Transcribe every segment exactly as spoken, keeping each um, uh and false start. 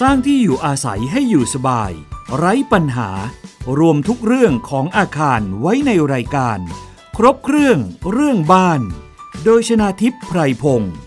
สร้างที่อยู่อาศัยให้อยู่สบายไร้ปัญหารวมทุกเรื่องของอาคารไว้ในรายการครบเครื่องเรื่องบ้านโดยชนาทิพย์ไพรพงศ์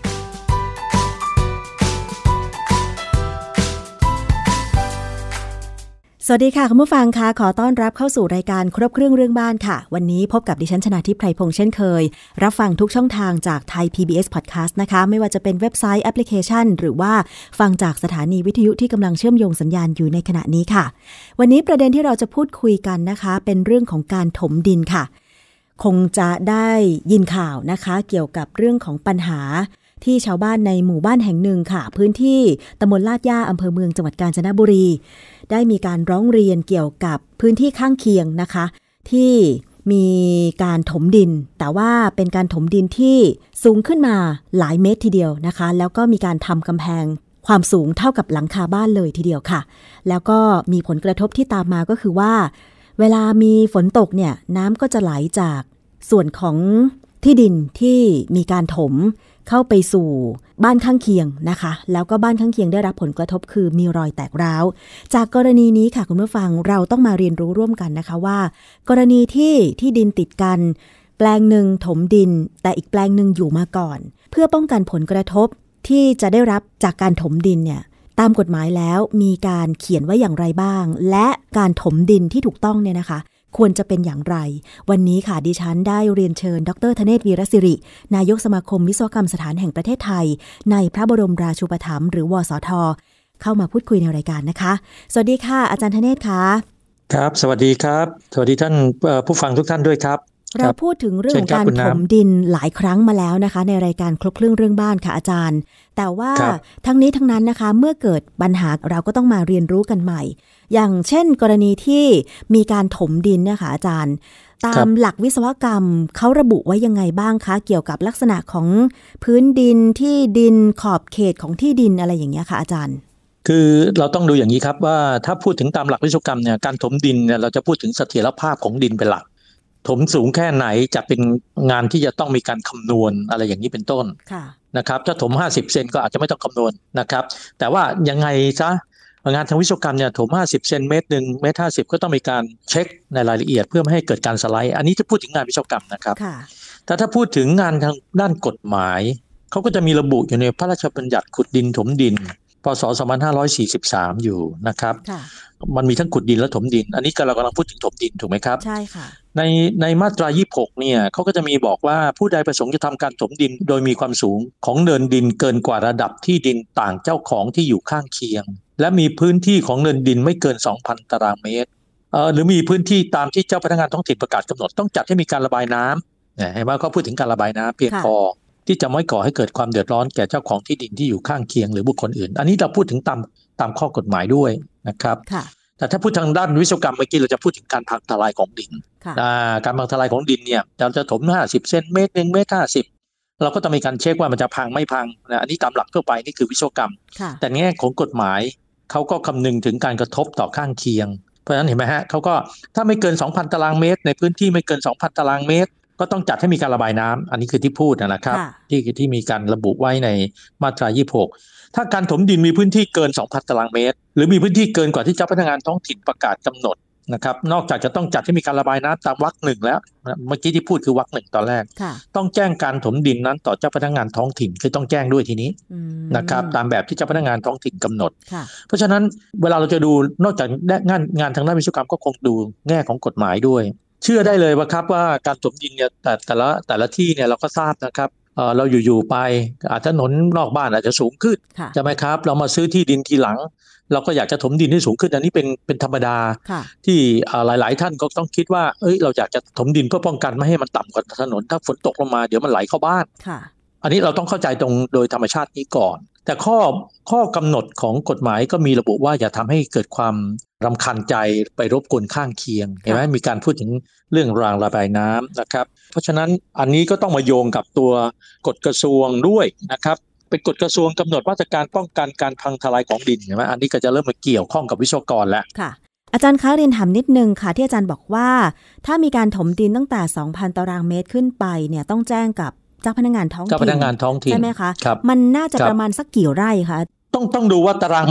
สวัสดีค่ะคุณผู้ฟังค่ะขอต้อนรับเข้าสู่รายการครบเครื่องเรื่องบ้านค่ะวันนี้พบกับดิฉันชนาทิพย์ไพรพงษ์เช่นเคยรับฟังทุกช่องทางจากไทย พี บี เอส Podcast นะคะไม่ว่าจะเป็นเว็บไซต์แอปพลิเคชันหรือว่าฟังจากสถานีวิทยุที่กำลังเชื่อมโยงสัญญาณอยู่ในขณะนี้ค่ะวันนี้ประเด็นที่เราจะพูดคุยกันนะคะเป็นเรื่องของการถมดินค่ะคงจะได้ยินข่าวนะคะเกี่ยวกับเรื่องของปัญหาที่ชาวบ้านในหมู่บ้านแห่งหนึ่งค่ะพื้นที่ตำบลลาดย่าอำเภอเมืองจังหวัดกาญจนบุรีได้มีการร้องเรียนเกี่ยวกับพื้นที่ข้างเคียงนะคะที่มีการถมดินแต่ว่าเป็นการถมดินที่สูงขึ้นมาหลายเมตรทีเดียวนะคะแล้วก็มีการทำกำแพงความสูงเท่ากับหลังคาบ้านเลยทีเดียวค่ะแล้วก็มีผลกระทบที่ตามมาก็คือว่าเวลามีฝนตกเนี่ยน้ำก็จะไหลจากส่วนของที่ดินที่มีการถมเข้าไปสู่บ้านข้างเคียงนะคะแล้วก็บ้านข้างเคียงได้รับผลกระทบคือมีรอยแตกร้าวจากกรณีนี้ค่ะคุณผู้ฟังเราต้องมาเรียนรู้ร่วมกันนะคะว่ากรณีที่ที่ดินติดกันแปลงหนึ่งถมดินแต่อีกแปลงหนึ่งอยู่มาก่อนเพื่อป้องกันผลกระทบที่จะได้รับจากการถมดินเนี่ยตามกฎหมายแล้วมีการเขียนไว้อย่างไรบ้างและการถมดินที่ถูกต้องเนี่ยนะคะควรจะเป็นอย่างไรวันนี้ค่ะดิฉันได้เรียนเชิญดร.ธเนศ วีรศิรินายกสมาคมวิศวกรรมสถานแห่งประเทศไทยในพระบรมราชูปถัมภ์หรือวสท.เข้ามาพูดคุยในรายการนะคะสวัสดีค่ะอาจารย์ธเนศค่ะครับสวัสดีครับสวัสดีท่านผู้ฟังทุกท่านด้วยครับเราพูดถึงเรื่องของการถมดินหลายครั้งมาแล้วนะคะในรายการครบเครื่องเรื่องบ้านค่ะอาจารย์แต่ว่าทั้งนี้ทั้งนั้นนะคะเมื่อเกิดปัญหาเราก็ต้องมาเรียนรู้กันใหม่อย่างเช่นกรณีที่มีการถมดินเนี่ยค่ะอาจารย์ตามหลักวิศวกรรมเขาระบุไว้ยังไงบ้างคะเกี่ยวกับลักษณะของพื้นดินที่ดินขอบเขตของที่ดินอะไรอย่างเงี้ยค่ะอาจารย์คือเราต้องดูอย่างนี้ครับว่าถ้าพูดถึงตามหลักวิศวกรรมเนี่ยการถมดินเนี่ยเราจะพูดถึงเสถียรภาพของดินเป็นหลักถมสูงแค่ไหนจะเป็นงานที่จะต้องมีการคำนวณอะไรอย่างนี้เป็นต้นนะครับถ้าถมห้าสิบเซนก็อาจจะไม่ต้องคำนวณนะครับแต่ว่ายังไงซะงานทางวิศวกรรมเนี่ยถมห้าสิบเซนเมตรหนึ่งเมตรห้าสิบก็ต้องมีการเช็คในรายละเอียดเพื่อไม่ให้เกิดการสไลด์อันนี้จะพูดถึงงานวิศวกรรมนะครับแต่ถ้าพูดถึงงานทางด้านกฎหมายเขาก็จะมีระบุอยู่ในพระราชบัญญัติขุดดินถมดินพ.ศ. สองพันห้าร้อยสี่สิบสามอยู่นะครับมันมีทั้งขุดดินและถมดินอันนี้เรากำลังพูดถึงถมดินถูกไหมครับใช่ค่ะในในมาตรายี่สิบหกเนี่ยเขาก็จะมีบอกว่าผู้ใดประสงค์จะทำการถมดินโดยมีความสูงของเนินดินเกินกว่าระดับที่ดินต่างเจ้าของที่อยู่ข้างเคียงและมีพื้นที่ของเนินดินไม่เกิน สองพัน ตารางเมตรเอ่อหรือมีพื้นที่ตามที่เจ้าพนักงานท้องถิ่นประกาศกำหนดต้องจัดให้มีการระบายน้ำเนี่ยเห็นไหมเขาพูดถึงการระบายน้ำเพียงพอที่จะไม่ก่อให้เกิดความเดือดร้อนแก่เจ้าของที่ดินที่อยู่ข้างเคียงหรือบุคคลอื่นอันนี้เราพูดถึงตามตามข้อกฎหมายด้วยนะครับแต่ถ้าพูดทางด้านวิศวกรรมเมื่อกี้เราจะพูดถึงการพังทลายของดินการพังทลายของดินเนี่ยเราจะถมห้าสิบเซนเมตรหนึ่งเมตรห้าสิบเราก็ต้องมีการเช็คว่ามันจะพังไม่พังนะอันนี้ตามหลักทั่วไปนี่คือวิศวกรรมแต่แง่ของกฎหมายเขาก็คำนึงถึงการกระทบต่อข้างเคียงเพราะฉะนั้นเห็นไหมฮะเขาก็ถ้าไม่เกิน สองพัน ตารางเมตรในพื้นที่ไม่เกิน สองพัน ตารางเมตรก็ต้องจัดให้มีการระบายน้ำอันนี้คือที่พูดนะครับที่ที่มีการระบุไว้ในมาตรายี่สิบหกถ้าการถมดินมีพื้นที่เกิน สองพัน ตารางเมตรหรือมีพื้นที่เกินกว่าที่เจ้าพนักงานท้องถิ่นประกาศกำหนดนะครับนอกจากจะต้องจัดให้มีการระบายน้ำตามวรรคหนึ่งแล้วเมื่อกี้ที่พูดคือวรรคหนึ่งตอนแรกต้องแจ้งการถมดินนั้นต่อเจ้าพนักงานท้องถิ่นคือต้องแจ้งด้วยทีนี้นะครับตามแบบที่เจ้าพนักงานท้องถิ่นกำหนดเพราะฉะนั้นเวลาเราจะดูนอกจากงานงานทางด้านวิศวกรรมก็คงดูแง่ของกฎหมายด้วยเชื่อได้เลยว่าครับว่าการถมดินเนี่ยแต่แต่ละแต่ละที่เนี่ยเราก็ทราบนะครับเอ่อเราอยู่ๆไปอาจจะถนนนอกบ้านอาจจะสูงขึ้นใช่ไหมครับเรามาซื้อที่ดินทีหลังเราก็อยากจะถมดินให้สูงขึ้นอันนี้เป็นเป็นธรรมดาที่หลายๆท่านก็ต้องคิดว่าเอ้ยเราอยากจะถมดินเพื่อป้องกันไม่ให้มันต่ำกว่าถนนถ้าฝนตกลงมาเดี๋ยวมันไหลเข้าบ้านอันนี้เราต้องเข้าใจตรงโดยธรรมชาตินี้ก่อนแต่ข้อข้อกำหนดของกฎหมายก็มีระบุว่าอย่าทำให้เกิดความรำคาญใจไปรบกวนข้างเคียงเห็นไหมมีการพูดถึงเรื่องรางระบายน้ำนะครับเพราะฉะนั้นอันนี้ก็ต้องมาโยงกับตัวกฎกระทรวงด้วยนะครับเป็นกฎกระทรวงกำหนดมาตรการป้องกันการพังทลายของดินเห็นไหมอันนี้ก็จะเริ่มมาเกี่ยวข้องกับวิศวกรแล้วค่ะอาจารย์คะเรียนถามนิดนึงค่ะที่อาจารย์บอกว่าถ้ามีการถมดินตั้งแต่ สองพัน ตารางเมตรขึ้นไปเนี่ยต้องแจ้งกับเจ้าพนักงานท้องถิ่นเจ้าพนักงานท้องถิ่นใช่ไหมคะมันน่าจะประมาณสักกี่ไร่คะต้องต้องดูว่าตารางเมตร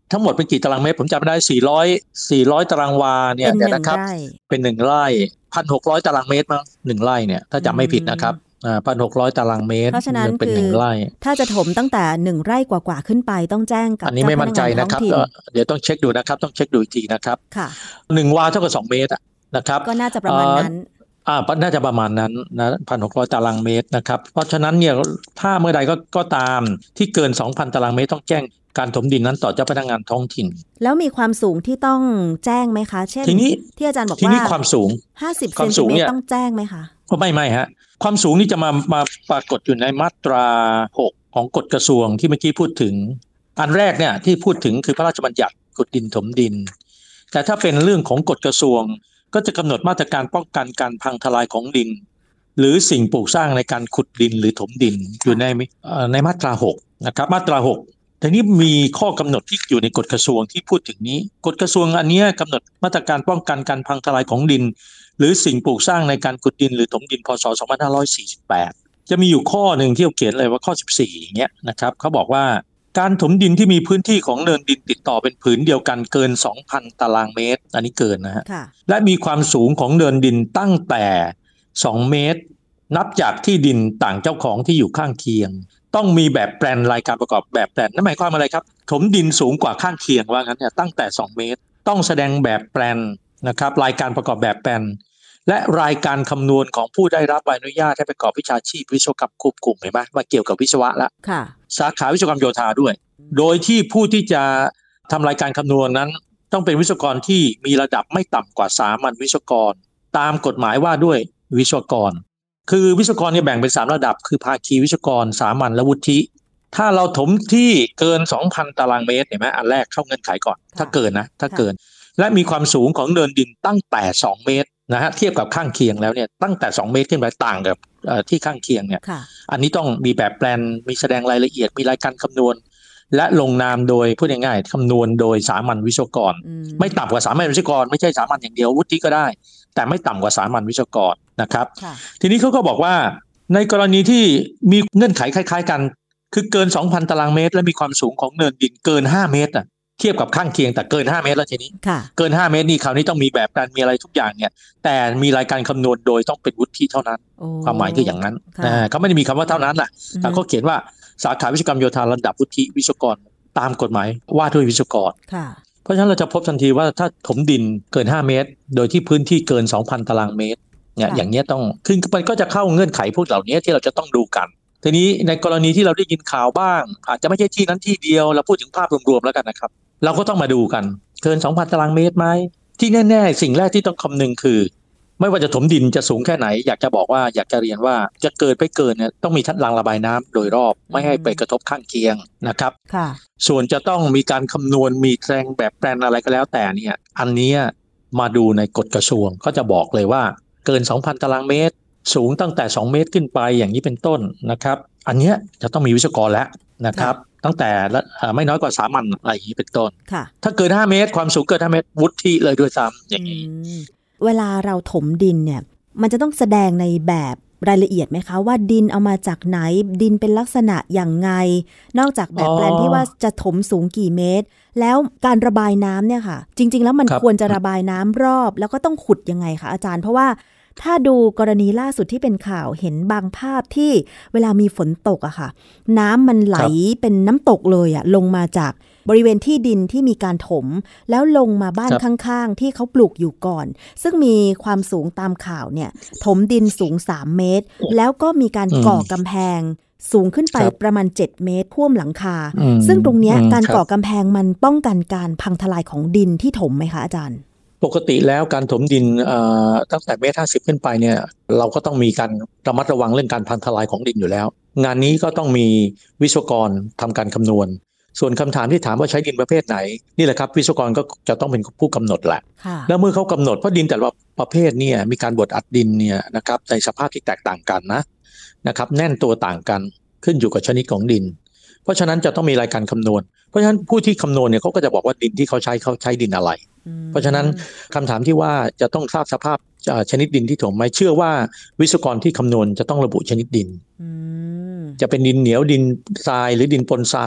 ทั้งหมดเป็นกี่ตารางเมตรผมจำไม่ได้สี่ร้อย สี่ร้อยตารางวาเนี่ยเป็นหนึ่งนะครับไร่เป็นหนึ่งไร่ หนึ่งพันหกร้อย ตารางเมตรมั้งหนึ่งไร่เนี่ยถ้าจำไม่ผิดนะครับอ่า หนึ่งพันหกร้อย ตารางเมตรเพราะฉะนั้นเป็นคือหนึ่งไร่ถ้าจะถมตั้งแต่หนึ่งไร่กว่าๆขึ้นไปต้องแจ้งกับอันนี้เจ้าไม่พมั่นันกใจงานท้นะองครับถิ่นก็เดี๋ยวต้องเช็คดูนะครับต้องเช็คดูอีกทีนะครับค่ะหนึ่งวาเท่ากับสองเมตรนะครับก็น่าจะประมาณนั้นอ่าน่าจะประมาณนั้นนะ หนึ่งพันหกร้อย ตารางเมตรนะครับเพราะฉะนั้นเนี่ยถ้าเมื่อใดก็ก็ตามที่เกิน สองพัน ตารางเมตรต้องแจ้งการถมดินนั้นต่อเจ้าพนักงานท้องถิ่นแล้วมีความสูงที่ต้องแจ้งไหมคะเช่นทีนี้ที่อาจารย์บอกทีว่านี้ความสูงห้าสิบควาเซมนสูติงเมตเนี่รยต้องแจ้งไหมคะไม่ไม่ฮะความสูงนี่จะมามาปรากฏอยู่ในมาตราหกของกฎกระทรวงที่เมื่อกี้พูดถึงอันแรกเนี่ยที่พูดถึงคือพระราชบัญญัติขุดดินถมดินแต่ถ้าเป็นเรื่องของกฎกระทรวงก็จะกำหนดมาตรการป้องกันการพังทลายของดินหรือสิ่งปลูกสร้างในการขุดดินหรือถมดินอยู่ในในมาตราหกนะครับมาตราหกทีนี้มีข้อกำหนดที่อยู่ในกฎกระทรวงที่พูดถึงนี้กฎกระทรวงอันนี้กำหนดมาตรการป้องกันการพังทลายของดินหรือสิ่งปลูกสร้างในการขุดดินหรือถมดินพ.ศ. สองพันห้าร้อยสี่สิบแปดจะมีอยู่ข้อหนึ่งที่เขาเขียนเลยว่าข้อสิบสี่อย่างเงี้ยนะครับเขาบอกว่าการถมดินที่มีพื้นที่ของเนินดินติดต่อเป็นผืนเดียวกันเกิน สองพัน ตารางเมตรอันนี้เกินนะฮะและมีความสูงของเนินดินตั้งแต่สองเมตรนับจากที่ดินต่างเจ้าของที่อยู่ข้างเคียงต้องมีแบบแปลนรายการประกอบแบบแปลนนั่นหมายความอะไรครับถมดินสูงกว่าข้างเคียงว่างั้นเนี่ยตั้งแต่สองเมตรต้องแสดงแบบแปลนนะครับรายการประกอบแบบแปลนและรายการคำนวณของผู้ได้รับใบอนุญาตให้ประกอบวิชาชีพวิศวกรรมควบคุมเห็นไหมมาเกี่ยวกับวิศวะละสาขาวิศวกรรมโยธาด้วยโดยที่ผู้ที่จะทำรายการคำนวณนั้นต้องเป็นวิศวกรที่มีระดับไม่ต่ำกว่าสามัญวิศวกรตามกฎหมายว่าด้วยวิศวกรคือวิศวกรเนี่ยแบ่งเป็นสามระดับคือภาคีวิศวกรสามัญและวุฒิถ้าเราถมที่เกิน สองพัน ตารางเมตรเห็นไหมอันแรกเข้าเงื่อนไขก่อนถ้าเกินนะถ้าเกินและมีความสูงของเนินดินตั้งแต่สองเมตรนะฮะเทียบกับข้างเคียงแล้วเนี่ยตั้งแต่สองเมตรขึ้นไปต่างกับที่ข้างเคียงเนี่ยอันนี้ต้องมีแบบแปลนมีแสดงรายละเอียดมีรายการคำนวณและลงนามโดยพูดง่ายๆคำนวณโดยสามัญวิศวกรไม่ต่ำกว่าสามัญวิศวกรไม่ใช่สามัญอย่างเดียววุฒิก็ได้แต่ไม่ต่ำกว่าสามัญวิศวกรนะครับทีนี้เขาก็บอกว่าในกรณีที่มีเงื่อนไขคล้ายๆกันคือเกิน สองพัน ตารางเมตรและมีความสูงของเนินดินเกินห้าเมตรอ่ะเทียบกับข้างเคียงแต่เกินห้าเมตรแล้วทีนี้เกินห้าเมตรนี่คราวนี้ต้องมีแบบการมีอะไรทุกอย่างเนี่ยแต่มีรายการคำนวณโดยต้องเป็นวุฒิเท่านั้นความหมายคืออย่างนั้นเขาไม่ได้มีคำว่าเท่านั้นแหละแต่เขาเขียนว่าสาขาวิศวกรรมโยธาระดับวุฒิวิศวกรตามกฎหมายว่าด้วยวิศวกรเพราะฉะนั้นเราจะพบทันทีว่าถ้าถมดินเกินห้าเมตรโดยที่พื้นที่เกิน สองพัน ตารางเมตรเนี่ยอย่างนี้ต้องคือมันก็จะเข้าเงื่อนไขพวกเหล่านี้ที่เราจะต้องดูกันทีนี้ในกรณีที่เราได้ยินข่าวบ้างอาจจะไม่ใช่ที่นั้นที่เดียวเราพูดถึงภาพรวมๆแล้วกันนะครับเราก็ต้องมาดูกันเกิน สองพัน ตารางเมตรไหมที่แน่ๆสิ่งแรกที่ต้องคำนึงคือไม่ว่าจะถมดินจะสูงแค่ไหนอยากจะบอกว่าอยากจะเรียนว่าจะเกินไปเกินเนี่ยต้องมีรางระบายน้ำโดยรอบไม่ให้ไปกระทบข้างเคียงนะครับส่วนจะต้องมีการคำนวณมีแสดงแบบแปลนอะไรก็แล้วแต่เนี่ยอันนี้มาดูในกฎกระทรวงก็จะบอกเลยว่าเกิน สองพัน ตารางเมตรสูงตั้งแต่สองเมตรขึ้นไปอย่างนี้เป็นต้นนะครับอันนี้จะต้องมีวิศวกรแล้วนะครับตั้งแต่ไม่น้อยกว่าสามัญอะไรอย่างนี้เป็นต้นถ้าเกินห้าเมตรความสูงเกินห้าเมตรวุฒิเลยด้วยซ้ำอย่างนี้เวลาเราถมดินเนี่ยมันจะต้องแสดงในแบบรายละเอียดไหมคะว่าดินเอามาจากไหนดินเป็นลักษณะอย่างไงนอกจากแบบแปลนที่ว่าจะถมสูงกี่เมตรแล้วการระบายน้ำเนี่ยค่ะจริงๆแล้วมันควรจะระบายน้ำรอบแล้วก็ต้องขุดยังไงคะอาจารย์เพราะว่าถ้าดูกรณีล่าสุดที่เป็นข่าวเห็นบางภาพที่เวลามีฝนตกอะค่ะน้ำมันไหลเป็นน้ำตกเลยอะลงมาจากบริเวณที่ดินที่มีการถมแล้วลงมาบ้านข้างๆที่เขาปลูกอยู่ก่อนซึ่งมีความสูงตามข่าวเนี่ยถมดินสูงสามเมตรแล้วก็มีการก่อกำแพงสูงขึ้นไปประมาณเจ็ดเมตรท่วมหลังคาซึ่งตรงเนี้ยการก่อกำแพงมันป้องกันการพังทลายของดินที่ถมไหมคะอาจารย์ปกติแล้วการถมดินตั้งแต่เมตรห้าสิบขึ้นไปเนี่ยเราก็ต้องมีการระมัดระวังเรื่องการพังทลายของดินอยู่แล้วงานนี้ก็ต้องมีวิศวกรทำการคำนวณส่วนคำถามที่ถามว่าใช้ดินประเภทไหนนี่แหละครับวิศวกรก็จะต้องเป็นผู้กำหนดแหละแล้วเมื่อเขากำหนดเพราะดินแต่ละประเภทเนี่ยมีการบดอัดดินเนี่ยนะครับในสภาพที่แตกต่างกันนะนะครับแน่นตัวต่างกันขึ้นอยู่กับชนิดของดินเพราะฉะนั้นจะต้องมีรายการคำนวณเพราะฉะนั้นผู้ที่คำนวณเนี่ยเขาก็จะบอกว่าดินที่เขาใช้เขาใช้ดินอะไรเพราะฉะนั้นคำถามที่ว่าจะต้องทราบสภาพชนิดดินที่ถมไหมเชื่อว่าวิศวกรที่คำนวณจะต้องระบุชนิดดินจะเป็นดินเหนียวดินทรายหรือดินปนทราย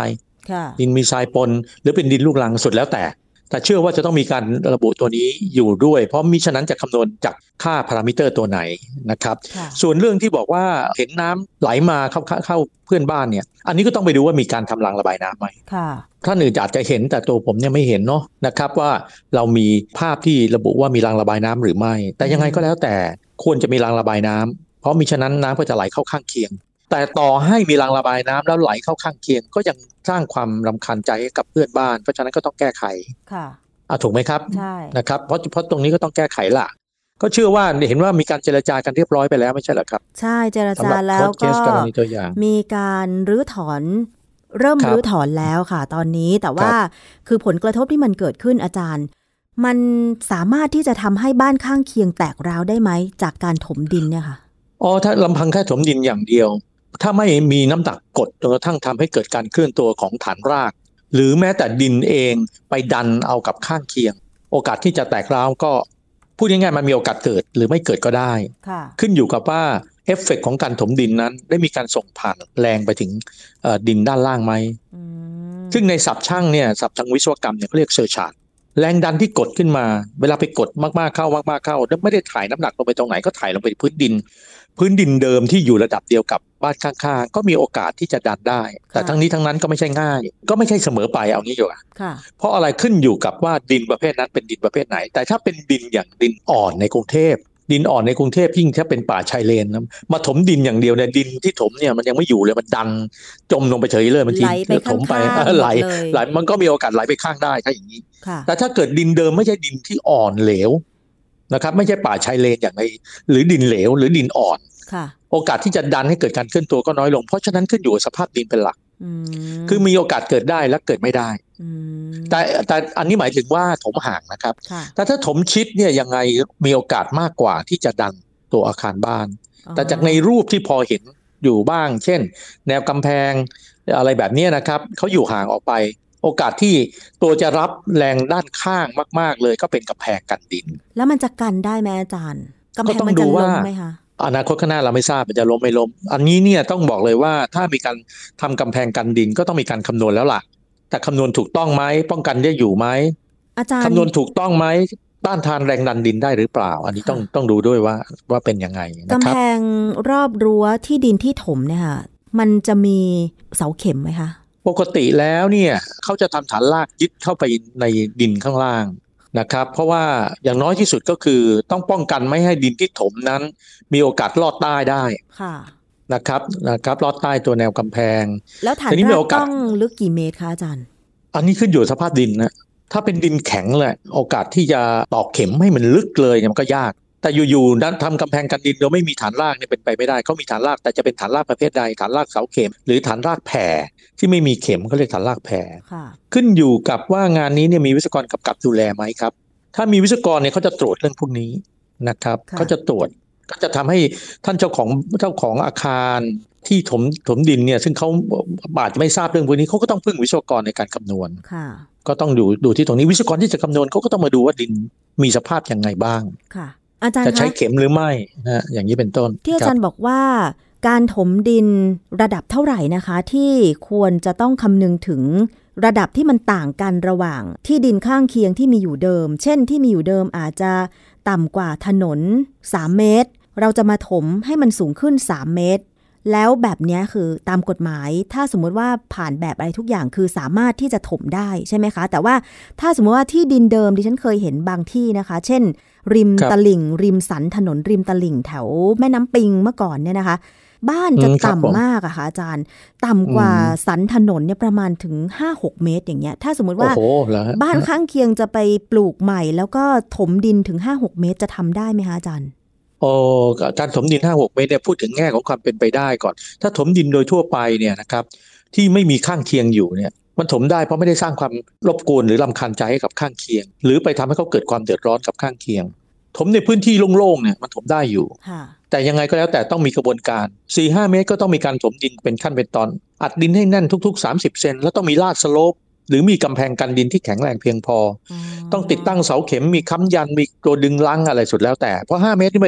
ดินมีทรายปนหรือเป็นดินลูกรังสุดแล้วแต่แต่เชื่อว่าจะต้องมีการระบุตัวนี้อยู่ด้วยเพราะมิฉะนั้นจะคำนวณจากค่าพารามิเตอร์ตัวไหนนะครับส่วนเรื่องที่บอกว่าเห็นน้ำไหลมาเข้าเข้าเพื่อนบ้านเนี่ยอันนี้ก็ต้องไปดูว่ามีการทำรางระบายน้ำไหมท่านอื่นอาจจะเห็นแต่ตัวผมเนี่ยไม่เห็นเนาะนะครับว่าเรามีภาพที่ระบุว่ามีรางระบายน้ำหรือไม่แต่ยังไงก็แล้วแต่ควรจะมีรางระบายน้ำเพราะมิฉะนั้นน้ำก็จะไหลเข้าข้างเคียงแต่ต่อให้มีรางระบายน้ำแล้วไหลเข้าข้างเคียงก็ยังสร้างความรำคาญใจให้กับเพื่อนบ้านเพราะฉะนั้นก็ต้องแก้ไขค่ะอ่ะถูกไหมครับใช่นะครับเพราะเพราะตรงนี้ก็ต้องแก้ไขล่ะก็เชื่อว่าเห็นว่ามีการเจรจากันเรียบร้อยไปแล้วไม่ใช่เหรอครับใช่เจรจาแล้วก็มีการรื้อถอนเริ่มรื้อถอนแล้วค่ะตอนนี้แต่ว่าคือผลกระทบที่มันเกิดขึ้นอาจารย์มันสามารถที่จะทำให้บ้านข้างเคียงแตกร้าวได้ไหมจากการถมดินเนี่ยค่ะอ๋อถ้าลำพังแค่ถมดินอย่างเดียวถ้าไม่มีน้ำหนักกดจนกระทั่งทำให้เกิดการเคลื่อนตัวของฐานรากหรือแม้แต่ดินเองไปดันเอากับข้างเคียงโอกาสที่จะแตกร้าวก็พูดง่ายๆมันมีโอกาสเกิดหรือไม่เกิดก็ได้ขึ้นอยู่กับว่าเอฟเฟกต์ของการถมดินนั้นได้มีการส่งผ่านแรงไปถึงดินด้านล่างไหมซึ่งในศัพท์ช่างเนี่ยศัพท์ทางวิศวกรรมเนี่ยเขาเรียกเซอร์ชาร์จแรงดันที่กดขึ้นมาเวลาไปกดมากๆเข้ามากๆเข้าไม่ได้ถ่ายน้ำหนักลงไปตรงไหนก็ถ่ายลงไปพื้นดินพื้นดินเดิมที่อยู่ระดับเดียวกับบ้านข้างๆก็มีโอกาสที่จะดันได้แต่ทั้งนี้ทั้งนั้นก็ไม่ใช่ง่ายก็ไม่ใช่เสมอไปเอางี้อยู่อ่ะเพราะอะไรขึ้นอยู่กับว่าดินประเภทนั้นเป็นดินประเภทไหนแต่ถ้าเป็นดินอย่างดินอ่อนในกรุงเทพดินอ่อนในกรุงเทพยิ่งถ้าเป็นป่าชายเลนนะมาถมดินอย่างเดียวเนี่ยดินที่ถมเนี่ยมันยังไม่อยู่เลยมันดันจมลงไปเฉยเลยมันทิ้งถมไปไหลไหลมันก็มีโอกาสไหลไปข้างได้ถ้าอย่างนี้แต่ถ้าเกิดดินเดิมไม่ใช่ดินที่อ่อนเหลวนะครับไม่ใช่ป่าชายเลนอย่างในหรือดินเหลวหรือดินอ่อนโอกาสที่จะดันให้เกิดการเคลื่อนตัวก็น้อยลงเพราะฉะนั้นขึ้นอยู่กับสภาพดินเป็นหลักคือมีโอกาสเกิดได้และเกิดไม่ได้แต่แต่อันนี้หมายถึงว่าถมห่างนะครับแต่ถ้าถมชิดเนี่ยยังไงมีโอกาสมากกว่าที่จะดันตัวอาคารบ้านแต่จากในรูปที่พอเห็นอยู่บ้างเช่นแนวกำแพงอะไรแบบนี้นะครับเขาอยู่ห่างออกไปโอกาสที่ตัวจะรับแรงด้านข้างมากๆเลยก็เป็นกำแพงกันดินแล้วมันจะกันได้ไหมอาจารย์กำแพงมันจะล้มไหมคะอนาคตข้างหน้าเราไม่ทราบมันจะล้มไม่ล้มอันนี้เนี่ยต้องบอกเลยว่าถ้ามีการทำกำแพงกันดินก็ต้องมีการคำนวณแล้วล่ะแต่คำนวณถูกต้องไหมป้องกันได้อยู่ไหมอาจารย์คำนวณถูกต้องไหมต้านทานแรงดันดินได้หรือเปล่าอันนี้ต้องต้องดูด้วยว่าว่าเป็นยังไงนะครับกำแพงรอบรั้วที่ดินที่ถมเนี่ยค่ะมันจะมีเสาเข็มไหมคะปกติแล้วเนี่ยเขาจะทำฐานรากยึดเข้าไปในดินข้างล่างนะครับเพราะว่าอย่างน้อยที่สุดก็คือต้องป้องกันไม่ให้ดินที่ถมนั้นมีโอกาสลอดใต้ได้ค่ะนะครับนะครับลอดใต้ตัวแนวกำแพงแล้วฐานรากต้องลึกกี่เมตรคะอาจารย์อันนี้ขึ้นอยู่สภาพดินนะถ้าเป็นดินแข็งเลยโอกาสที่จะตอกเข็มให้มันลึกเลยมันก็ยากแต่อยู่ๆนั้นทำกำแพงกันดินโดยไม่มีฐานรากเนี่ยเป็นไปไม่ได้เขามีฐานรากแต่จะเป็นฐานรากประเภทใดฐานรากเสาเข็มหรือฐานรากแผ่ที่ไม่มีเข็มเขาเรียกฐานรากแผ่ขึ้นอยู่กับว่างานนี้เนี่ยมีวิศวกรกำกับดูแลไหมครับถ้ามีวิศวกรเนี่ยเขาจะตรวจเรื่องพวกนี้นะครับเขาจะตรวจก็จะทำให้ท่านเจ้าของเจ้าของอาคารที่ถมถมดินเนี่ยซึ่งเขาอาจจะไม่ทราบเรื่องพวกนี้เขาก็ต้องพึ่งวิศวกรในการคำนวณก็ต้องดูดูที่ตรงนี้วิศวกรที่จะคำนวณเขาก็ต้องมาดูว่าดินมีสภาพยังไงบ้างค่ะอาจารย์จะใช้เข็มหรือไม่นะอย่างนี้เป็นต้นที่อาจารย์บอกว่าการถมดินระดับเท่าไหร่นะคะที่ควรจะต้องคำนึงถึงระดับที่มันต่างกันระหว่างที่ดินข้างเคียงที่มีอยู่เดิมเช่นที่มีอยู่เดิมอาจจะต่ำกว่าถนนสามเมตรเราจะมาถมให้มันสูงขึ้นสามเมตรแล้วแบบนี้คือตามกฎหมายถ้าสมมติว่าผ่านแบบอะไรทุกอย่างคือสามารถที่จะถมได้ใช่ไหมคะแต่ว่าถ้าสมมติว่าที่ดินเดิมดิฉันเคยเห็นบางที่นะคะเช่นริมตลิ่งริมสันถนนริมตลิ่งแถวแม่น้ำปิงเมื่อก่อนเนี่ยนะคะบ้านจะต่ำมากอะค่ะอาจารย์ต่ำกว่าสันถนนเนี่ยประมาณถึง ห้าหก เมตรอย่างเงี้ยถ้าสมมติว่าบ้านข้างเคียงจะไปปลูกใหม่แล้วก็ถมดินถึง ห้าหก เมตรจะทำได้ไหมคะอาจารย์โอ้การถมดิน ห้าหก เมตรเนี่ยพูดถึงแง่ของความเป็นไปได้ก่อนถ้าถมดินโดยทั่วไปเนี่ยนะครับที่ไม่มีข้างเคียงอยู่เนี่ยมันถมได้เพราะไม่ได้สร้างความรบกวนหรือรำคาญใจให้กับข้างเคียงหรือไปทำให้เขาเกิดความเดือดร้อนกับข้างเคียงถมในพื้นที่โล่งๆเนี่ยมันถมได้อยู่แต่ยังไงก็แล้วแต่ต้องมีกระบวนการ สี่ถึงห้า เมตรก็ต้องมีการถมดินเป็นขั้นเป็นตอนอัดดินให้แน่นทุกๆสามสิบเซนแล้วต้องมีลาดสโลปหรือมีกำแพงกันดินที่แข็งแรงเพียงพอต้องติดตั้งเสาเข็มมีค้ำยันมีตัวดึงลังอะไรสุดแล้วแต่เพราะห้าเมตรนี่ไม่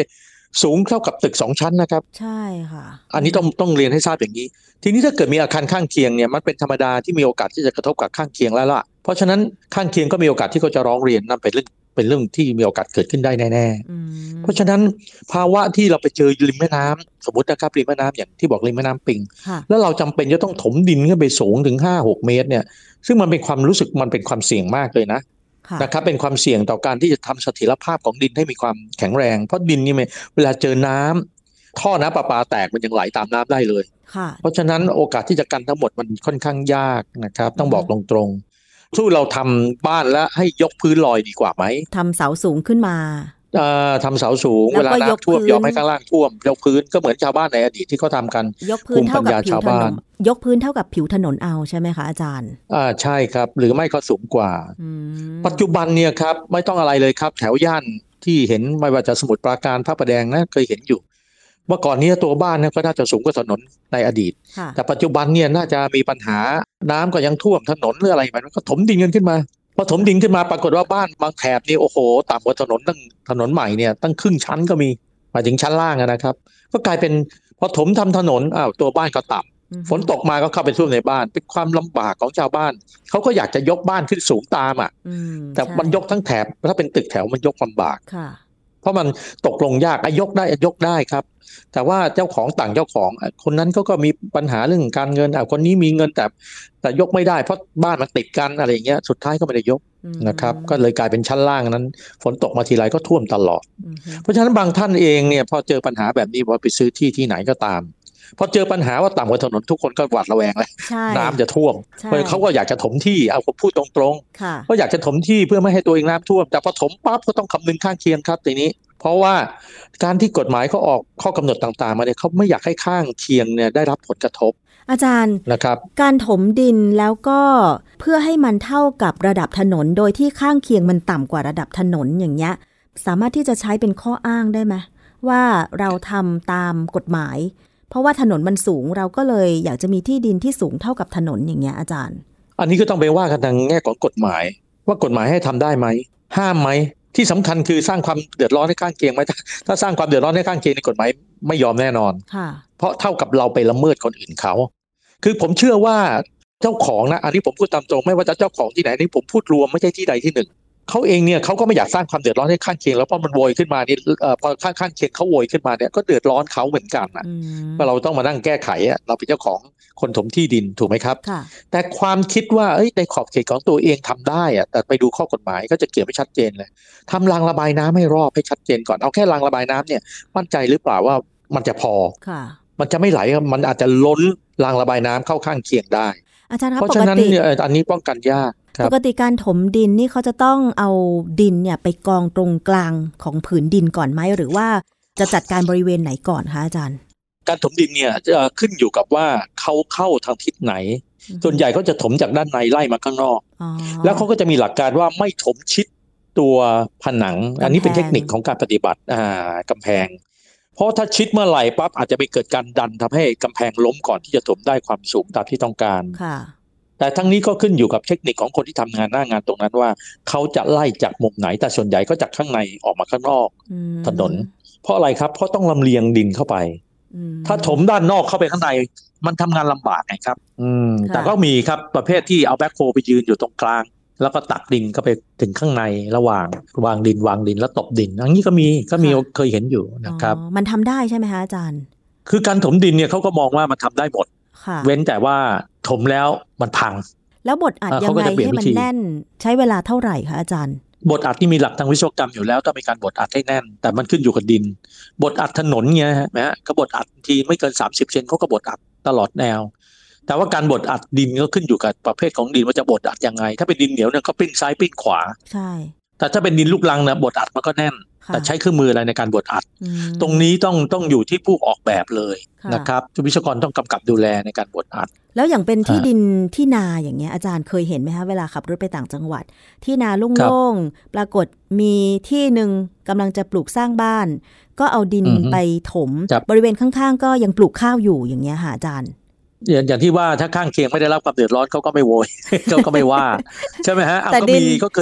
สูงเท่ากับตึกสองชั้นนะครับใช่ค่ะอันนี้ต้องต้องเรียนให้ทราบอย่างนี้ทีนี้ถ้าเกิดมีอาคารข้างเคียงเนี่ยมันเป็นธรรมดาที่มีโอกาสที่จะกระทบกับข้างเคียงแล้วล่ะเพราะฉะนั้นข้างเคียงก็มีโอกาสที่เขาจะร้องเรียนนั่นเป็นเรื่องเป็นเรื่องที่มีโอกาสเกิดขึ้นได้แน่ๆเพราะฉะนั้นภาวะที่เราไปเจอริมแม่น้ำสมมตินะครับริมแม่น้ำอย่างที่บอกริมแม่น้ำปิงแล้วเราจำเป็นจะต้องถมดินขึ้นไปสูงถึง ห้าหก เมตรเนี่ยซึ่งมันเป็นความรู้สึกมันเป็นความเสี่ยงมากเลยนะนะครับเป็นความเสี่ยงต่อการที่จะทำเสถียรภาพของดินให้มีความแข็งแรงเพราะดินนี่เวลาเจอน้ำท่อน้ำประปาแตกมันยังไหลตามน้ำได้เลยเพราะฉะนั้นโอกาสที่จะกันทั้งหมดมันค่อนข้างยากนะครับต้องบอกตรงๆสู้เราทำบ้านแล้วให้ยกพื้นลอยดีกว่าไหมทำเสาสูงขึ้นมาเอ่อทำเสาสูงเวลาน้ำท่วมยอมให้ข้างล่างท่วมยกพื้นก็เหมือนชาวบ้านในอดีตที่เขาทำกันยกพื้นเท่ากับผิวถนนยกพื้นเท่ากับผิวถนนเอาใช่ไหมคะอาจารย์อ่าใช่ครับหรือไม่ก็สูงกว่าปัจจุบันเนี่ยครับไม่ต้องอะไรเลยครับแถวย่านที่เห็นไม่ว่าจะสมุทรปราการพระประแดงนะเคยเห็นอยู่เมื่อก่อนนี้ตัวบ้านเนี่ยก็น่าจะสูงกว่าถนนในอดีตแต่ปัจจุบันเนี่ยน่าจะมีปัญหาน้ำก็ยังท่วมถนนหรืออะไรมันก็ถมดินกันขึ้นมาพอถมดินขึ้นมาปรากฏว่าบ้านบางแถบนี่โอ้โหต่ำกว่าถนนตั้งถนนใหม่เนี่ยตั้งครึ่งชั้นก็มีหมายถึงชั้นล่างนะครับก็กลายเป็นพอถมทำถนนอ้าวตัวบ้านก็ต่ำฝนตกมาก็เข้าไปท่วมในบ้านเป็นความลำบากของชาวบ้านเขาก็อยากจะยกบ้านขึ้นสูงตามอ่ะแต่มันยกทั้งแถบถ้าเป็นตึกแถวมันยกลำบากเพราะมันตกลงยากยกได้ยกได้ครับแต่ว่าเจ้าของต่างเจ้าของคนนั้นเขาก็มีปัญหาเรื่องการเงินอ่ะคนนี้มีเงินแต่แต่ยกไม่ได้เพราะบ้านมันติดกันอะไรอย่างเงี้ยสุดท้ายก็ไม่ได้ยกนะครับก็เลยกลายเป็นชั้นล่างนั้นฝนตกมาทีไรก็ท่วมตลอดเพราะฉะนั้นบางท่านเองเนี่ยพอเจอปัญหาแบบนี้พอไปซื้อที่ที่ไหนก็ตามพอเจอปัญหาว่าต่ำกว่าถนนทุกคนก็หวาดระแวงเลยน้ำจะท่วมเพราะเขาก็อยากจะถมที่เอาผมพูดตรงๆก็อยากจะถมที่เพื่อไม่ให้ตัวเองน้ำท่วมแต่พอถมปั๊บก็ต้องคำนึงข้างเคียงครับทีนี้เพราะว่าการที่กฎหมายเขาออกข้อกำหนดต่างๆมาเนี่ยเขาไม่อยากให้ข้างเคียงเนี่ยได้รับผลกระทบอาจารย์นะครับการถมดินแล้วก็เพื่อให้มันเท่ากับระดับถนนโดยที่ข้างเคียงมันต่ำกว่าระดับถนนอย่างเงี้ยสามารถที่จะใช้เป็นข้ออ้างได้ไหมว่าเราทำตามกฎหมายเพราะว่าถนนมันสูงเราก็เลยอยากจะมีที่ดินที่สูงเท่ากับถนนอย่างเงี้ยอาจารย์อันนี้ก็ต้องไปว่ากันทางแง่ของกฎหมายว่ากฎหมายให้ทำได้ไหมห้ามไหมที่สำคัญคือสร้างความเดือดร้อนให้ข้างเคียงไหมถ้าสร้างความเดือดร้อนให้ข้างเคียงในกฎหมายไม่ยอมแน่นอนเพราะเท่ากับเราไปละเมิดคนอื่นเขาคือผมเชื่อว่าเจ้าของนะอันนี้ผมพูดตามตรงไม่ว่าจะเจ้าของที่ไหนนี่ผมพูดรวมไม่ใช่ที่ใดที่หนึ่งเขาเองเนี่ยเขาก็ไม่อยากสร้างความเดือดร้อนให้ข้างเคียงแล้วพอมันโวยขึ้นมานี่พอข้างข้างเคียงเขาโวยขึ้นมาเนี่ยก็เดือดร้อนเขาเหมือนกันนะว่าเราต้องมานั่งแก้ไขเราเป็นเจ้าของคนถมที่ดินถูกไหมครับแต่ความคิดว่าในขอบเขตของตัวเองทำได้อะแต่ไปดูข้อกฎหมายก็จะเขียนไม่ชัดเจนเลยทำรางระบายน้ำให้รอบให้ชัดเจนก่อนเอาแค่รางระบายน้ำเนี่ยมั่นใจหรือเปล่าว่ามันจะพอมันจะไม่ไหลมันอาจจะล้นรางระบายน้ำเข้าข้างเคียงได้อาจารย์ครับเพราะฉะนั้นเนี่ยอันนี้ป้องกันยากปกติการถมดินนี่เขาจะต้องเอาดินเนี่ยไปกองตรงกลางของผืนดินก่อนไหมหรือว่าจะจัดการบริเวณไหนก่อนคะอาจารย์การถมดินเนี่ยจะขึ้นอยู่กับว่าเขาเข้าทางทิศไหนส่วนใหญ่เขาจะถมจากด้านในไล่มาข้างนอกแล้วเขาก็จะมีหลักการว่าไม่ถมชิดตัวผนังอันนี้เป็นเทคนิคของการปฏิบัติอ่ากำแพงเพราะถ้าชิดเมื่อไหร่ปั๊บอาจจะไปเกิดการดันทำให้กำแพงล้มก่อนที่จะถมได้ความสูงตามที่ต้องการแต่ทั้งนี้ก็ขึ้นอยู่กับเทคนิคของคนที่ทำงานหน้างานตรงนั้นว่าเขาจะไล่จากมุมไหนแต่ส่วนใหญ่ก็จากข้างในออกมาข้างนอกถนนเพราะอะไรครับเพราะต้องลำเลียงดินเข้าไปถ้าถมด้านนอกเข้าไปข้างในมันทำงานลำบากไงครับแต่ก็มีครับประเภทที่เอาแบ็คโฮไปยืนอยู่ตรงกลางแล้วก็ตักดินเข้าไปถึงข้างในระหว่างวางดินวางดินแล้วตบดินอันนี้ก็มีก็มีเคยเห็นอยู่นะครับมันทำได้ใช่ไหมคะอาจารย์คือการถมดินเนี่ยเขาก็มองว่ามันทำได้หมดเว้นแต่ว่าถมแล้วมันพังแล้วบดอัดยังไงให้มันแน่นใช้เวลาเท่าไหร่คะอาจารย์บดอัดที่มีหลักทางวิศวกรรมอยู่แล้วต้องมีการบดอัดให้แน่นแต่มันขึ้นอยู่กับดินบดอัดถนนเงี้ยฮะก็บดอัดทีไม่เกินสามสิบเซนเขาก็บดอัดตลอดแนวแต่ว่าการบดอัดดินก็ขึ้นอยู่กับประเภทของดินว่าจะบดอัดยังไงถ้าเป็นดินเหนียวเนี่ยก็ปิ้นซ้ายปิ้นขวาใช่แต่ถ้าเป็นดินลูกรังนะบดอัดมันก็แน่นแต่ใช้เครื่องมืออะไรในการบดอัดตรงนี้ต้องต้องอยู่ที่ผู้ออกแบบเลยนะครับวิศวกรต้องกำกับดูแลในการบดอัดแล้วอย่างเป็นที่ดินที่นาอย่างเงี้ยอาจารย์เคยเห็นไหมคะเวลาขับรถไปต่างจังหวัดที่นาโล่งๆปรากฏมีที่หนึ่งกำลังจะปลูกสร้างบ้านก็เอาดินไปถมบริเวณข้างๆก็ยังปลูกข้าวอยู่อย่างเงี้ยค่ะอาจารย์อย่างที่ว่าถ้าข้างเคียงไม่ได้รับความเดือดร้อนเขาก็ไม่โวยเขาก็ไม่ว่าใช่ไหมฮะก็มีก็เคยเห็น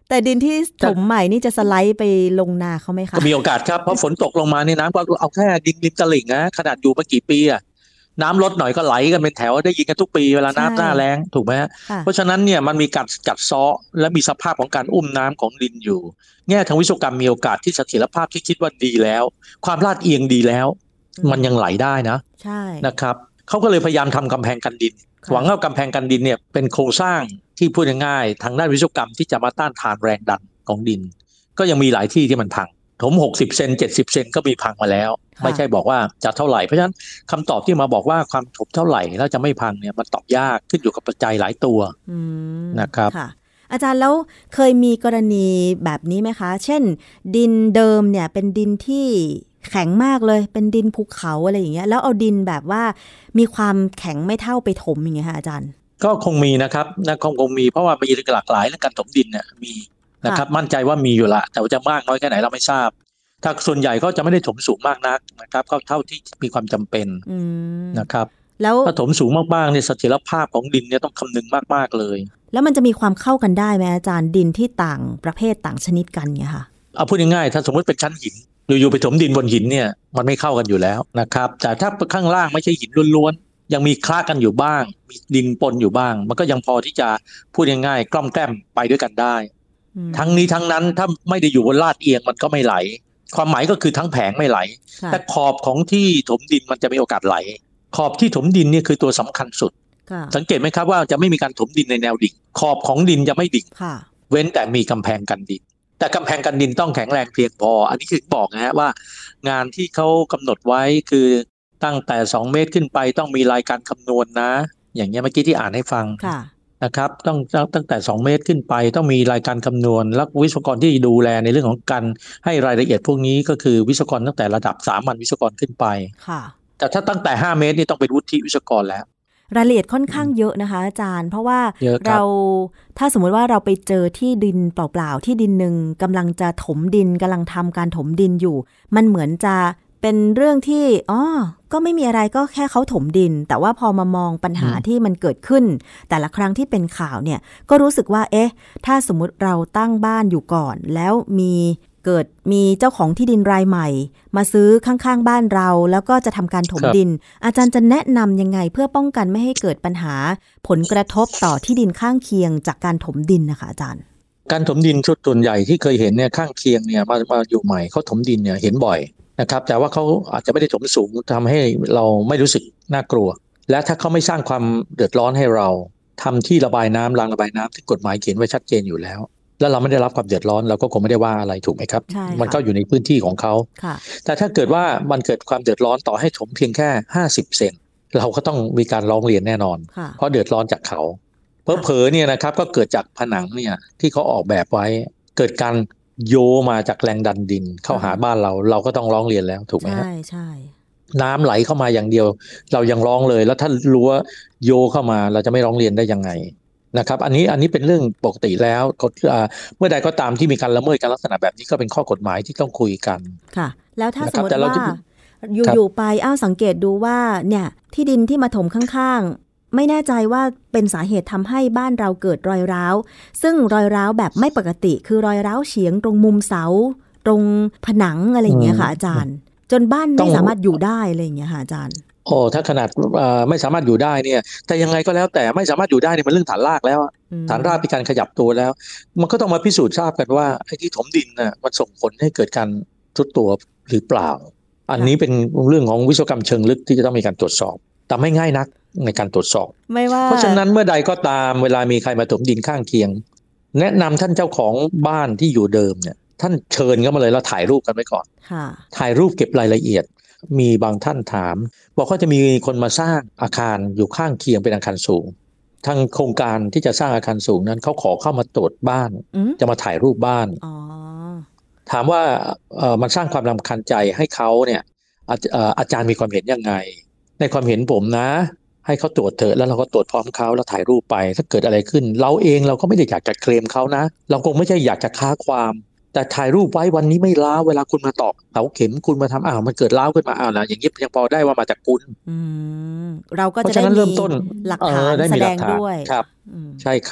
แต่ดินที่ถมใหม่นี่จะสไลด์ไปลงนาเขาไหมคะก็มีโอกาสครับเพราะฝนตกลงมาเนี่ยน้ำก็เอาแค่ดินริมตลิ่งนะขนาดอยู่มากี่ปีอะน้ำลดหน่อยก็ไหลกันเป็นแถวได้ยินกันทุกปีเวลาน้ำหน้าแล้งถูกไหมฮะเพราะฉะนั้นเนี่ยมันมีการกัดเซาะและมีสภาพของการอุ้มน้ำของดินอยู่แง่ทางวิศวกรรมมีโอกาสที่เสถียรภาพที่คิดว่าดีแล้วความลาดเอียงดีแล้วมันยังไหลได้นะใช่นะครับเขาก็เลยพยายามทำกำแพงกันดินหวังว่ากำแพงกันดินเนี่ยเป็นโครงสร้างที่พูดง่ายๆทางด้านวิศวกรรมที่จะมาต้านทานแรงดันของดินก็ยังมีหลายที่ที่มันพังถมหกสิบเซนเจ็ดสิบเซนก็มีพังมาแล้วไม่ใช่บอกว่าจะเท่าไหร่เพราะฉะนั้นคำตอบที่มาบอกว่าความถมเท่าไหร่แล้วจะไม่พังเนี่ยมันตอบยากขึ้นอยู่กับปัจจัยหลายตัวนะครับอาจารย์แล้วเคยมีกรณีแบบนี้ไหมคะเช่นดินเดิมเนี่ยเป็นดินที่แข็งมากเลยเป็นดินภูเขาอะไรอย่างเงี้ยแล้วเอาดินแบบว่ามีความแข็งไม่เท่าไปถมอย่างเงี้ยค่ะอาจารย์ก็คงมีนะครับนะคงคงมีเพราะว่ามีหลากหลายเรื่องการถมดินเนี่ยมีนะครับมั่นใจว่ามีอยู่ละแต่ว่าจะมากน้อยแค่ไหนเราไม่ทราบถ้าส่วนใหญ่ก็จะไม่ได้ถมสูงมากนักนะครับก็เท่าที่มีความจำเป็นนะครับแล้วถ้าถมสูงมากๆเนี่ยเสถียรภาพของดินเนี่ยต้องคำนึงมากๆเลยแล้วมันจะมีความเข้ากันได้ไหมอาจารย์ดินที่ต่างประเภทต่างชนิดกันเนี่ยค่ะเอาพูดง่ายๆถ้าสมมติเป็นชั้นหินอยู่ๆไปถมดินบนหินเนี่ยมันไม่เข้ากันอยู่แล้วนะครับแต่ถ้าข้างล่างไม่ใช่หินล้วนๆยังมีคละกันอยู่บ้างมีดินปนอยู่บ้างมันก็ยังพอที่จะพูดง่ายๆกล้อมแกล้มไปด้วยกันได้ทั้งนี้ทั้งนั้นถ้าไม่ได้อยู่บนลาดเอียงมันก็ไม่ไหลความหมายก็คือทั้งแผงไม่ไหลแต่ขอบของที่ถมดินมันจะมีโอกาสไหลขอบที่ถมดินเนี่ยคือตัวสำคัญสุดสังเกตไหมครับว่าจะไม่มีการถมดินในแนวดิ่งขอบของดินจะไม่ดิ่งเว้นแต่มีกำแพงกันดินแต่กำแพงกันดินต้องแข็งแรงเพียงพออันนี้คือบอกนะฮะว่างานที่เขากำหนดไว้คือตั้งแต่สองเมตรขึ้นไปต้องมีรายการคำนวณนะอย่างเงี้ยเมื่อกี้ที่อ่านให้ฟังนะครับต้องตั้งแต่สองเมตรขึ้นไปต้องมีรายการคำนวณและวิศวกรที่ดูแลในเรื่องของการให้รายละเอียดพวกนี้ก็คือวิศวกรตั้งแต่ระดับสามัญวิศวกรขึ้นไปแต่ถ้าตั้งแต่ห้าเมตรนี่ต้องเป็นวุฒิวิศวกรแล้วรายละเอียดค่อนข้างเยอะนะคะอาจารย์เพราะว่าเราถ้าสมมติว่าเราไปเจอที่ดินเปล่าๆที่ดินหนึ่งกำลังจะถมดินกำลังทำการถมดินอยู่มันเหมือนจะเป็นเรื่องที่อ๋อก็ไม่มีอะไรก็แค่เขาถมดินแต่ว่าพอมามองปัญหาที่มันเกิดขึ้นแต่ละครั้งที่เป็นข่าวเนี่ยก็รู้สึกว่าเอ๊ะถ้าสมมุติเราตั้งบ้านอยู่ก่อนแล้วมีเกิดมีเจ้าของที่ดินรายใหม่มาซื้อข้างๆบ้านเราแล้วก็จะทำการถมดินอาจารย์จะแนะนำยังไงเพื่อป้องกันไม่ให้เกิดปัญหาผลกระทบต่อที่ดินข้างเคียงจากการถมดินนะคะอาจารย์การถมดินชุดส่วนใหญ่ที่เคยเห็นเนี่ยข้างเคียงเนี่ยมามาอยู่ใหม่เขาถมดินเนี่ยเห็นบ่อยนะครับแต่ว่าเขาอาจจะไม่ได้ถมสูงทำให้เราไม่รู้สึกน่ากลัวและถ้าเขาไม่สร้างความเดือดร้อนให้เราทำที่ระบายน้ำรางระบายน้ำที่กฎหมายเขียนไว้ชัดเจนอยู่แล้วแล้วเราไม่ได้รับความเดือดร้อนเราก็คงไม่ได้ว่าอะไรถูกไหมครับมันก็อยู่ในพื้นที่ของเขาแต่ถ้าเกิดว่ามันเกิดความเดือดร้อนต่อให้ถมเพียงแค่ห้าสิบเซนเราก็ต้องมีการร้องเรียนแน่นอนเพราะเดือดร้อนจากเขาเผลอๆเนี่ยนะครับก็เกิดจากผนังเนี่ยที่เขาออกแบบไว้เกิดการโยมาจากแรงดันดินเข้าหาบ้านเราเราก็ต้องร้องเรียนแล้วถูกไหมฮะใช่ใช่น้ำไหลเข้ามาอย่างเดียวเรายังร้องเลยแล้วถ้ารู้ว่าโยเข้ามาเราจะไม่ร้องเรียนได้ยังไงนะครับอันนี้อันนี้เป็นเรื่องปกติแล้วเมื่อใดก็ตามที่มีการละเมิดการลักษณะแบบนี้ก็เป็นข้อกฎหมายที่ต้องคุยกันค่ะแล้วถ้าสมมติว่าอยู่ๆไปอ้าวสังเกตดูว่าเนี่ยที่ดินที่มาถมข้างๆไม่แน่ใจว่าเป็นสาเหตุทำให้บ้านเราเกิดรอยร้าวซึ่งรอยร้าวแบบไม่ปกติคือรอยร้าวเฉียงตรงมุมเสาตรงผนังอะไรอย่างเงี้ยค่ะอาจารย์จนบ้านไม่สามารถอยู่ได้อะไรอย่างเงี้ยค่ะอาจารย์โอ้ถ้าขนาดไม่สามารถอยู่ได้เนี่ยแต่ยังไงก็แล้วแต่ไม่สามารถอยู่ได้เนี่ยมันเรื่องฐานรากแล้วฐานรากมีการขยับตัวแล้วมันก็ต้องมาพิสูจน์ทราบกันว่าไอ้ที่ถมดินน่ะมันส่งผลให้เกิดการทรุดตัวหรือเปล่าอันนี้เป็นเรื่องของวิศวกรรมเชิงลึกที่จะต้องมีการตรวจสอบแต่ไม่ง่ายนักในการตรวจสอบไม่ว่าเพราะฉะนั้นเมื่อใดก็ตามเวลามีใครมาถมดินข้างเคียงแนะนำท่านเจ้าของบ้านที่อยู่เดิมเนี่ยท่านเชิญเข้ามาเลยแล้วถ่ายรูปกันไว้ก่อนถ่ายรูปเก็บรายละเอียดมีบางท่านถามบอกว่าจะมีคนมาสร้างอาคารอยู่ข้างเคียงเป็นอาคารสูงทางโครงการที่จะสร้างอาคารสูงนั้นเขาขอเข้ามาตรวจบ้านจะมาถ่ายรูปบ้านถามว่าเอ่อมันสร้างความรำคาญใจให้เขาเนี่ยอาจารย์มีความเห็นยังไงในความเห็นผมนะให้เขาตรวจเถอะแล้วเราก็ตรวจพร้อมเขาแล้วถ่ายรูปไปถ้าเกิดอะไรขึ้นเราเองเราก็ไม่ได้อยากจะเคลมเขานะเราคงไม่ใช่อยากจะค้าความแต่ถ่ายรูปไว้วันนี้ไม่ล้าเวลาคุณมาตอกเสาเข็มคุณมาทำอ้าวมันเกิดล้าวขึ้นมาอ้าวนะอย่างนี้ยังพอได้ว่ามาจากคุณเราก็จะได้มีหลักฐานแสดงด้วยครับใช่ครับเพ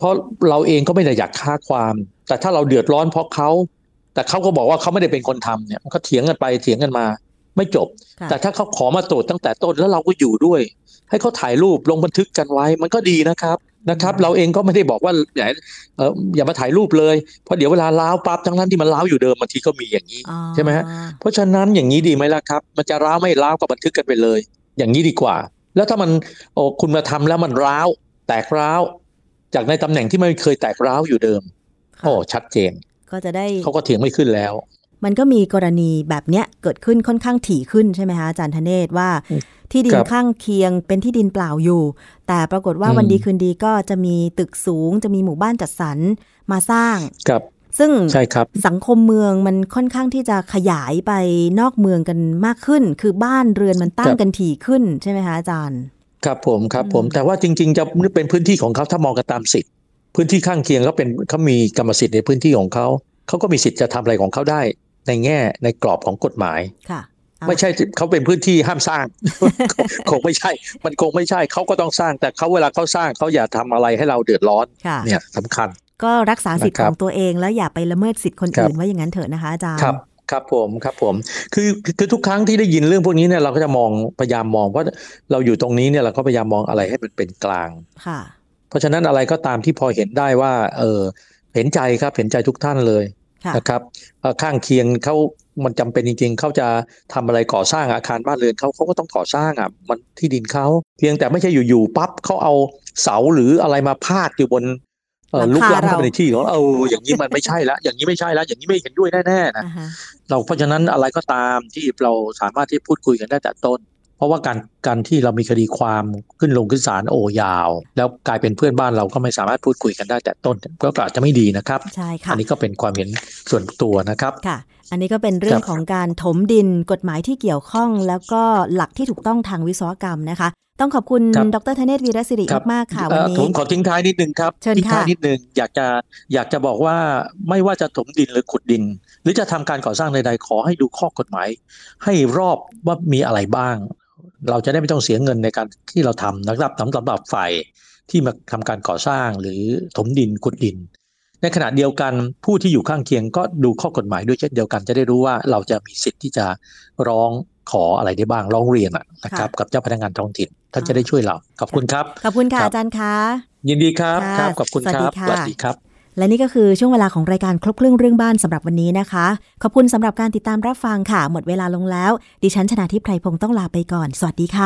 เพราะเราเองก็ไม่ได้อยากฆ่าความแต่ถ้าเราเดือดร้อนเพราะเขาแต่เขาก็บอกว่าเขาไม่ได้เป็นคนทำเนี่ยมันก็เถียงกันไปเถียงกันมาไม่จบแต่ถ้าเขาขอมาตรวจตั้งแต่ต้นแล้วเราก็อยู่ด้วยให้เขาถ่ายรูปลงบันทึกกันไว้มันก็ดีนะครับนะครับเราเองก็ไม่ได้บอกว่าอย่าเอ่ออย่ามาถ่ายรูปเลยเพราะเดี๋ยวเวลาล้าวปั๊บทั้งนั้นที่มันล้าวอยู่เดิมบางทีก็มีอย่างนี้ใช่ไหมฮะเพราะฉะนั้นอย่างนี้ดีไหมล่ะครับมันจะล้าวไม่ล้าวก็บันทึกกันไปเลยอย่างนี้ดีกว่าแล้วถ้ามันโอ้คุณมาทำแล้วมันร้าวแตกร้าวจากในตำแหน่งที่ไม่เคยแตกร้าวอยู่เดิมโอ้ชัดเจนก็จะได้เขาก็เถียงไม่ขึ้นแล้วมันก็มีกรณีแบบเนี้ยเกิดขึ้นค่อนข้างถี่ขึ้นใช่ไหมคะอาจารย์ธเนศว่าที่ดินข้างเคียงเป็นที่ดินเปล่าอยู่แต่ปรากฏว่าวันดีคืนดีก็จะมีตึกสูงจะมีหมู่บ้านจัดสรรมาสร้างซึ่งสังคมเมืองมันค่อนข้างที่จะขยายไปนอกเมืองกันมากขึ้นคือบ้านเรือนมันตั้งกันถี่ขึ้นใช่ไหมคะอาจารย์ครับผมครับผมแต่ว่าจริงๆจะเป็นพื้นที่ของเขาถ้ามองกันตามสิทธิ์พื้นที่ข้างเคียงเขาเป็นเขามีกรรมสิทธิ์ในพื้นที่ของเขาเขาก็มีสิทธิ์จะทำอะไรของเขาได้ในแง่ในกรอบของกฎหมายไม่ใช่เขาเป็นพื้นที่ห้ามสร้าง คงไม่ใช่มันคงไม่ใช่เขาก็ต้องสร้างแต่เขาเวลาเขาสร้างเขาอย่าทำอะไรให้เราเดือดร้อนเนี่ยสำคัญก็รักษาสิทธิ์ของตัวเองแล้วอย่าไปละเมิดสิทธิ์คนอื่นว่าอย่างนั้นเถอะนะคะอาจารย์ครับครับผมครับผมคือคือทุกครั้งที่ได้ยินเรื่องพวกนี้เนี่ยเราก็จะมองพยายามมองว่าเราอยู่ตรงนี้เนี่ยเราก็พยายามมองอะไรให้มันเป็นกลางค่ะเพราะฉะนั้นอะไรก็ตามที่พอเห็นได้ว่าเออเห็นใจครับเห็นใจทุกท่านเลยนะครับข้างเคียงเขามันจำเป็นจริงๆเขาจะทำอะไรก่อสร้างอาคารบ้านเรือนเขาเขาก็ต้องก่อสร้างอ่ะมันที่ดินเขาเพียงแต่ไม่ใช่อยู่ๆปั๊บเขาเอาเสาหรืออะไรมาพาดอยู่บนลุกล้ำเข้าไปในที่ของเราอย่างนี้มันไม่ใช่ละอย่างนี้ไม่ใช่ละอย่างนี้ไม่เห็นด้วยแน่ๆนะเราเพราะฉะนั้นอะไรก็ตามที่เราสามารถที่พูดคุยกันได้แต่ต้นเพราะว่าการการที่เรามีคดีความขึ้นลงขึ้นศาลโอ้ยาวแล้วกลายเป็นเพื่อนบ้านเราก็ไม่สามารถพูดคุยกันได้แต่ต้นก็อาจจะไม่ดีนะครับใช่ค่ะอันนี้ก็เป็นความเห็นส่วนตัวนะครับค่ะอันนี้ก็เป็นเรื่องของการถมดินกฎหมายที่เกี่ยวข้องแล้วก็หลักที่ถูกต้องทางวิศวกรรมนะคะต้องขอบคุณดร.ธเนศ วีรศิริมากๆค่ะวันนี้ผมขอทิ้งท้ายนิดนึงครับทิ้งท้ายนิดนึงอยากจะอยากจะบอกว่าไม่ว่าจะถมดินหรือขุดดินหรือจะทำการก่อสร้างใดๆขอให้ดูข้อกฎหมายให้รอบว่ามีอะไรบ้างเราจะได้ไม่ต้องเสียเงินในการที่เราทำนะครับสำหรับฝ่ายที่มาทำการก่อสร้างหรือถมดินขุดดินในขณะเดียวกันผู้ที่อยู่ข้างเคียงก็ดูข้อกฎหมายด้วยเช่นเดียวกันจะได้รู้ว่าเราจะมีสิทธิ์ที่จะร้องขออะไรได้บ้างร้องเรียนนะครับกับเจ้าพนักงานท้องถิ่นท่านจะได้ช่วยเราขอบคุณครับขอบคุณค่ะอาจารย์คะยินดีครับครับขอบคุณครับสวัสดีครับและนี่ก็คือช่วงเวลาของรายการครบเครื่องเรื่องบ้านสำหรับวันนี้นะคะขอบคุณสำหรับการติดตามรับฟังค่ะหมดเวลาลงแล้วดิฉันชนาธิป ไพรพงศ์ต้องลาไปก่อนสวัสดีค่ะ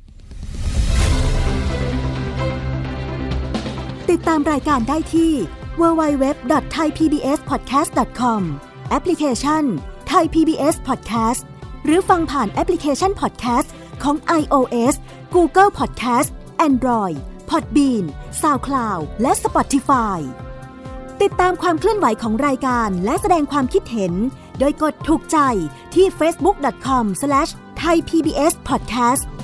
ติดตามรายการได้ที่ ดับเบิลยู ดับเบิลยู ดับเบิลยู ดอท ไทย พี บี เอส พอดแคสต์ ดอท คอม แอปพลิเคชัน Thai พี บี เอส Podcast หรือฟังผ่านแอปพลิเคชัน Podcast ของ iOS Google Podcast Android Podbean SoundCloud และ Spotify ติดตามความเคลื่อนไหวของรายการและแสดงความคิดเห็นโดยกดถูกใจที่ เฟซบุ๊ก ดอท คอม สแลช ไทย พี บี เอส พอดแคสต์